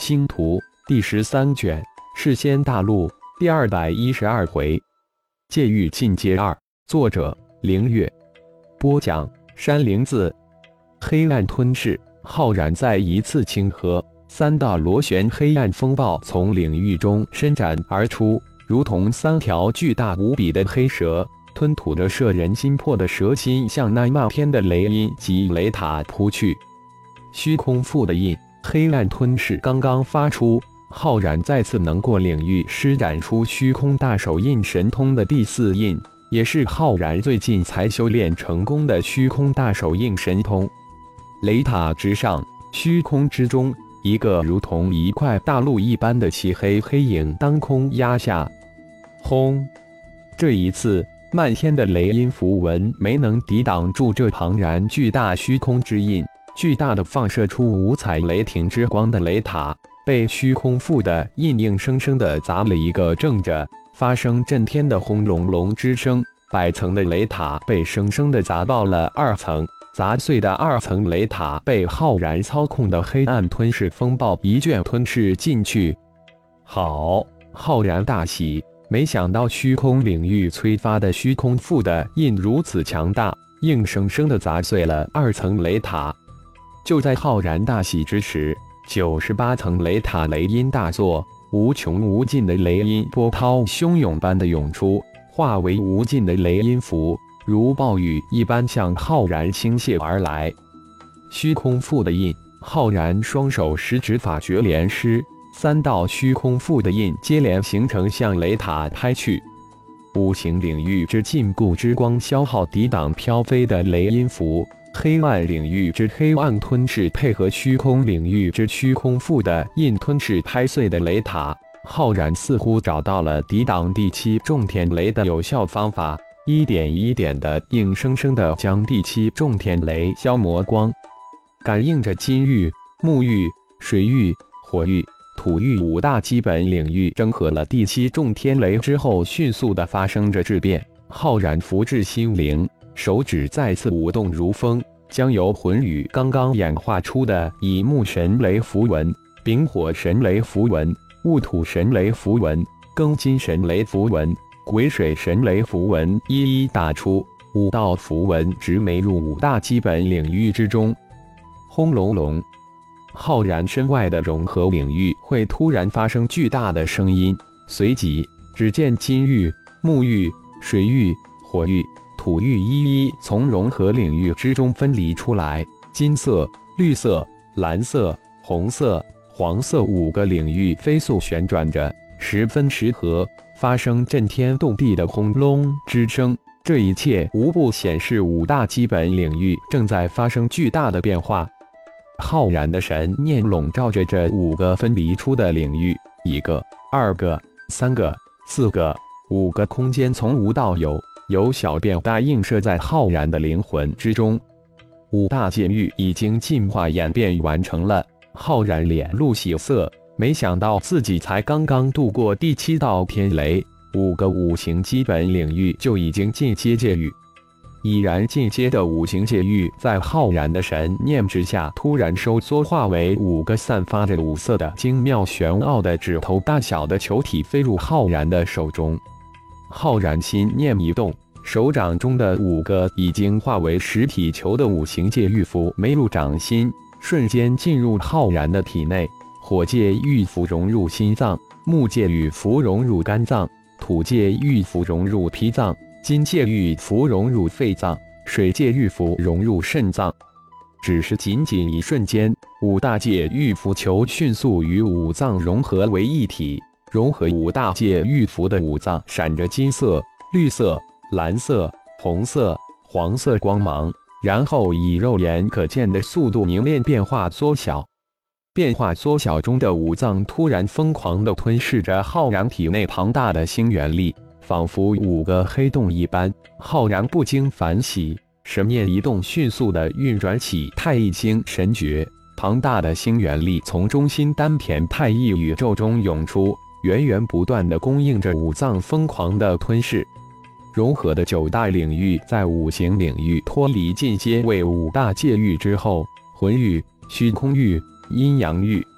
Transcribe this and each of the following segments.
星图》第13卷，世仙大陆第212回，界域进阶2。作者：凌月。播讲：山灵子。黑暗吞噬，浩然再一次清河，3道螺旋黑暗风暴从领域中伸展而出，如同3条巨大无比的黑蛇，吞吐着摄人心魄的蛇心，向那漫天的雷音及雷塔扑去。虚空腹的印，黑暗吞噬刚刚发出，浩然再次能过领域施展出虚空大手印神通的第4印，也是浩然最近才修炼成功的虚空大手印神通。雷塔之上，虚空之中，一个如同一块大陆一般的漆黑黑影当空压下。轰！这一次，漫天的雷音符文没能抵挡住这庞然巨大虚空之印，巨大的放射出五彩雷霆之光的雷塔，被虚空腹的印硬生生地砸了一个正着，发生震天的轰隆隆之声。100层的雷塔被生生地砸爆了2层。砸碎的2层雷塔被浩然操控的黑暗吞噬风暴一卷吞噬进去。好！浩然大喜，没想到虚空领域催发的虚空腹的印如此强大，硬生生地砸碎了2层雷塔。就在浩然大喜之时，98层雷塔雷音大作，无穷无尽的雷音波涛汹涌般的涌出，化为无尽的雷音符，如暴雨一般向浩然倾泻而来。虚空腹的印，浩然双手十指法诀连施，3道虚空腹的印接连形成，向雷塔拍去。五行领域之禁锢之光消耗抵挡飘飞的雷音符，黑暗领域之黑暗吞噬配合虚空领域之虚空腹的印吞噬拍碎的雷塔，浩然似乎找到了抵挡第7重天雷的有效方法。一点一点的硬生生的将第7重天雷消磨光，感应着金域、木域、水域、火域、土域5大基本领域整合了第7重天雷之后，迅速的发生着质变。浩然福至心灵，手指再次舞动如风，将由魂羽刚刚演化出的以木神雷符文、丙火神雷符文、戊土神雷符文、庚金神雷符文、癸水神雷符文一一打出，5道符文直没入5大基本领域之中。轰隆隆！浩然身外的融合领域会突然发生巨大的声音，随即只见金域、木域、水域、火域、土域一一从融合领域之中分离出来，金色、绿色、蓝色、红色、黄色5个领域飞速旋转着，十分适合，发生震天动地的轰隆之声。这一切无不显示5大基本领域正在发生巨大的变化。浩然的神念笼罩着这5个分离出的领域，1个、2个、3个、4个、5个空间从无到有，由小变大，映射在浩然的灵魂之中。5大界域已经进化演变完成了，浩然脸露喜色，没想到自己才刚刚度过第7道天雷，5个五行基本领域就已经进阶界域。已然进阶的五行界域在浩然的神念之下突然收缩，化为5个散发着5色的精妙玄奥的指头大小的球体，飞入浩然的手中。浩然心念一动，手掌中的5个已经化为实体球的五行界域符没入掌心，瞬间进入浩然的体内。火界玉符融入心脏，木界玉符融入肝脏，土界玉符融入脾脏，金界玉符融入肺脏，水界玉符融入肾脏。只是仅仅一瞬间，5大界玉符球迅速与5脏融合为一体，融合5大界玉符的5脏闪着金色、绿色、蓝色、红色、黄色光芒，然后以肉眼可见的速度凝练变化缩小。变化缩小中的5脏突然疯狂地吞噬着浩然体内庞大的星元力，仿佛5个黑洞一般。浩然不经反省，神念一动，迅速地运转起太一星神诀。庞大的星元力从中心丹田太一宇宙中涌出，源源不断地供应着5脏疯狂的吞噬。融合的9大领域在五行领域脱离进阶为5大界域之后，魂域、虚空域、阴阳域、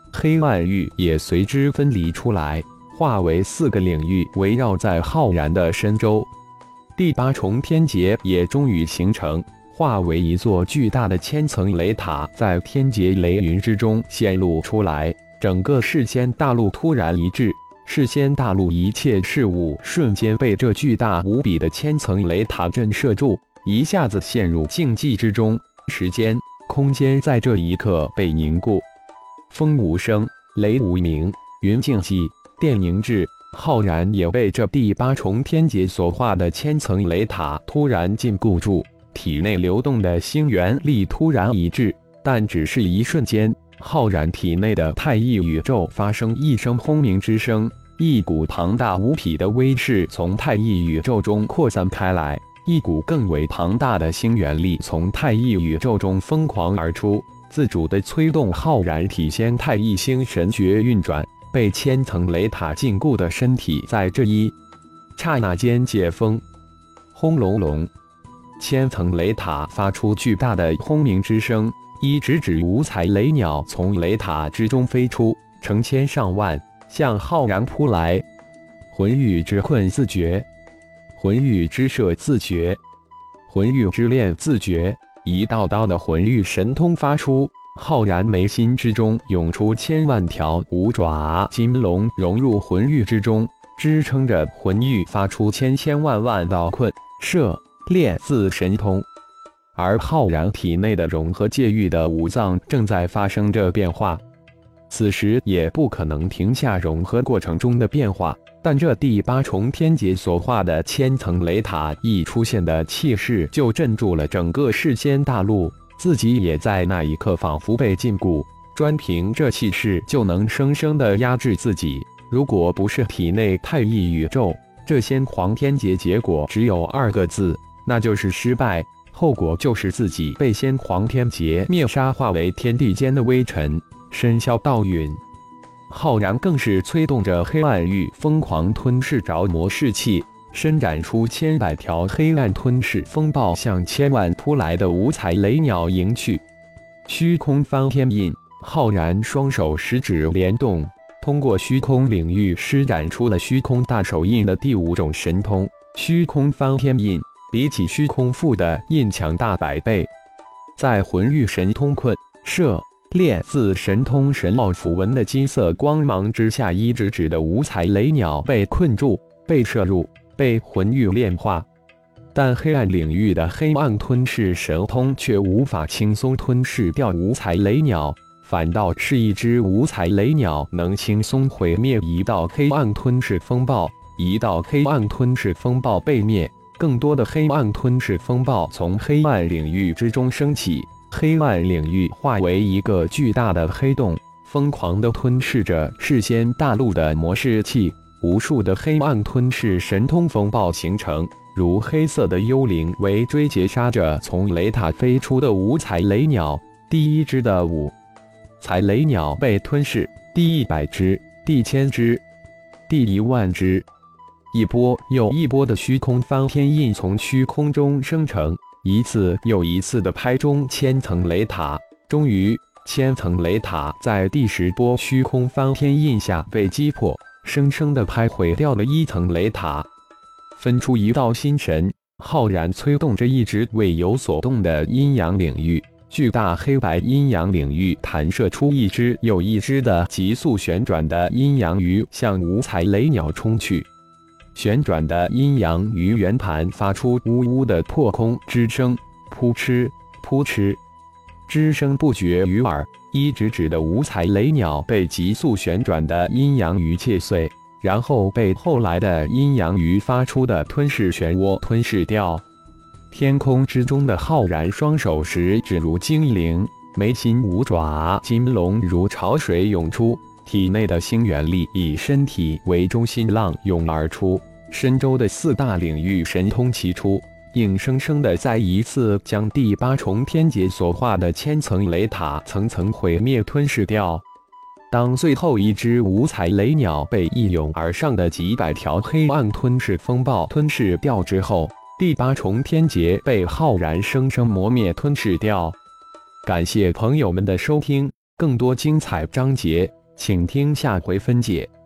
黑暗域也随之分离出来，化为4个领域，围绕在浩然的身周。第8重天劫也终于形成，化为一座巨大的千层雷塔，在天劫雷云之中显露出来。整个世间大陆突然一滞，世间大陆一切事物瞬间被这巨大无比的千层雷塔震慑住，一下子陷入静寂之中。时间、空间在这一刻被凝固。风无声，雷无鸣，云静寂，电凝滞。浩然也被这第8重天劫所化的千层雷塔突然禁锢住，体内流动的星元力突然一滞，但只是一瞬间。浩然体内的太一宇宙发生一声轰鸣之声，一股庞大无匹的威势从太一宇宙中扩散开来，一股更为庞大的星元力从太一宇宙中疯狂而出，自主地催动浩然体仙太一星神诀运转。被千层雷塔禁锢的身体在这一刹那间解封。轰隆隆，千层雷塔发出巨大的轰鸣之声，一只只五彩雷鸟从雷塔之中飞出，成千上万向浩然扑来。魂域之困自绝，魂域之摄自绝，魂域之炼自绝。一道道的魂域神通发出，浩然眉心之中涌出千万条五爪金龙，融入魂域之中，支撑着魂域发出千千万万道困、摄、炼自神通。而浩然体内的融合界域的五脏正在发生着变化，此时也不可能停下融合过程中的变化。但这第8重天劫所化的千层雷塔一出现的气势，就镇住了整个世间大陆。自己也在那一刻仿佛被禁锢，专凭这气势就能生生地压制自己。如果不是体内太一宇宙，这先皇天劫结果只有2个字，那就是失败。后果就是自己被先皇天劫灭杀，化为天地间的微尘，身消道陨。浩然更是催动着黑暗域疯狂吞噬着魔士气，伸展出千百条黑暗吞噬风暴，向千万扑来的五彩雷鸟迎去。虚空翻天印，浩然双手食指联动，通过虚空领域施展出了虚空大手印的第5种神通。虚空翻天印比起虚空腹的印强大100倍。在魂域神通困、摄、炼自神通神奥符文的金色光芒之下，一只只的五彩雷鸟被困住，被摄入，被魂域炼化。但黑暗领域的黑暗吞噬神通却无法轻松吞噬掉五彩雷鸟，反倒是一只五彩雷鸟能轻松毁灭一道黑暗吞噬风暴。一道黑暗吞噬风暴被灭，更多的黑暗吞噬风暴从黑暗领域之中升起，黑暗领域化为一个巨大的黑洞，疯狂地吞噬着世间大陆的魔士气。无数的黑暗吞噬神通风暴形成，如黑色的幽灵围追截杀着从雷塔飞出的五彩雷鸟。第1只的五彩雷鸟被吞噬，第100只，第1000只，第10000只。一波又一波的虚空翻天印从虚空中生成，一次又一次地拍中千层雷塔。终于，千层雷塔在第10波虚空翻天印下被击破，生生地拍毁掉了1层雷塔，分出一道心神。浩然催动着一直未有所动的阴阳领域，巨大黑白阴阳领域弹射出一只又一只的急速旋转的阴阳鱼，向五彩雷鸟冲去。旋转的阴阳鱼圆盘发出呜呜的破空之声，扑哧扑哧，之声不绝于耳。一只只的五彩雷鸟被急速旋转的阴阳鱼切碎，然后被后来的阴阳鱼发出的吞噬漩涡吞噬掉。天空之中的浩然双手食指如精灵，眉心五爪金龙如潮水涌出，体内的星元力以身体为中心浪涌而出，身周的4大领域神通齐出，硬生生的再一次将第8重天劫所化的千层雷塔层层毁灭吞噬掉。当最后一只五彩雷鸟被一涌而上的几百条黑暗吞噬风暴吞噬掉之后，第8重天劫被浩然生生磨灭吞噬掉。感谢朋友们的收听，更多精彩章节请听下回分解。